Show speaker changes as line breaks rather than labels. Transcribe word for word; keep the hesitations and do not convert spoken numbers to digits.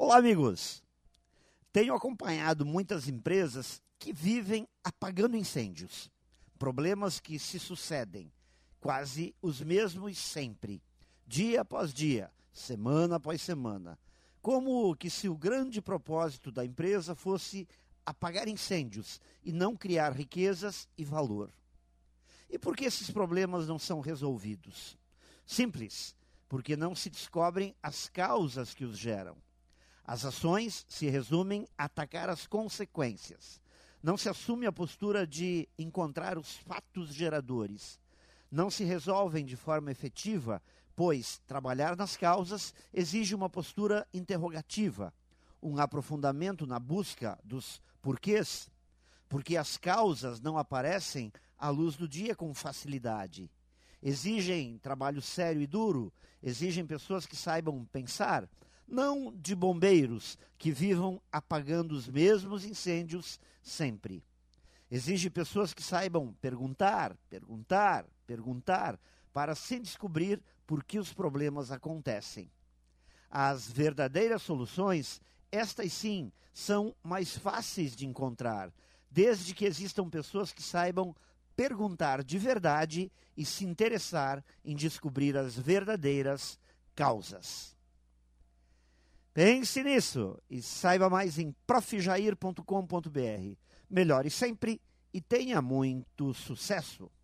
Olá, amigos! Tenho acompanhado muitas empresas que vivem apagando incêndios. Problemas que se sucedem, quase os mesmos sempre, dia após dia, semana após semana. Como que se o grande propósito da empresa fosse apagar incêndios e não criar riquezas e valor. E por que esses problemas não são resolvidos? Simples, porque não se descobrem as causas que os geram. As ações se resumem a atacar as consequências. Não se assume a postura de encontrar os fatos geradores. Não se resolvem de forma efetiva, pois trabalhar nas causas exige uma postura interrogativa, um aprofundamento na busca dos porquês, porque as causas não aparecem à luz do dia com facilidade. Exigem trabalho sério e duro, exigem pessoas que saibam pensar, não de bombeiros que vivam apagando os mesmos incêndios sempre. Exige pessoas que saibam perguntar, perguntar, perguntar, para se descobrir por que os problemas acontecem. As verdadeiras soluções, estas sim, são mais fáceis de encontrar, desde que existam pessoas que saibam perguntar de verdade e se interessar em descobrir as verdadeiras causas. Pense nisso e saiba mais em prof jair ponto com ponto br. Melhore sempre e tenha muito sucesso!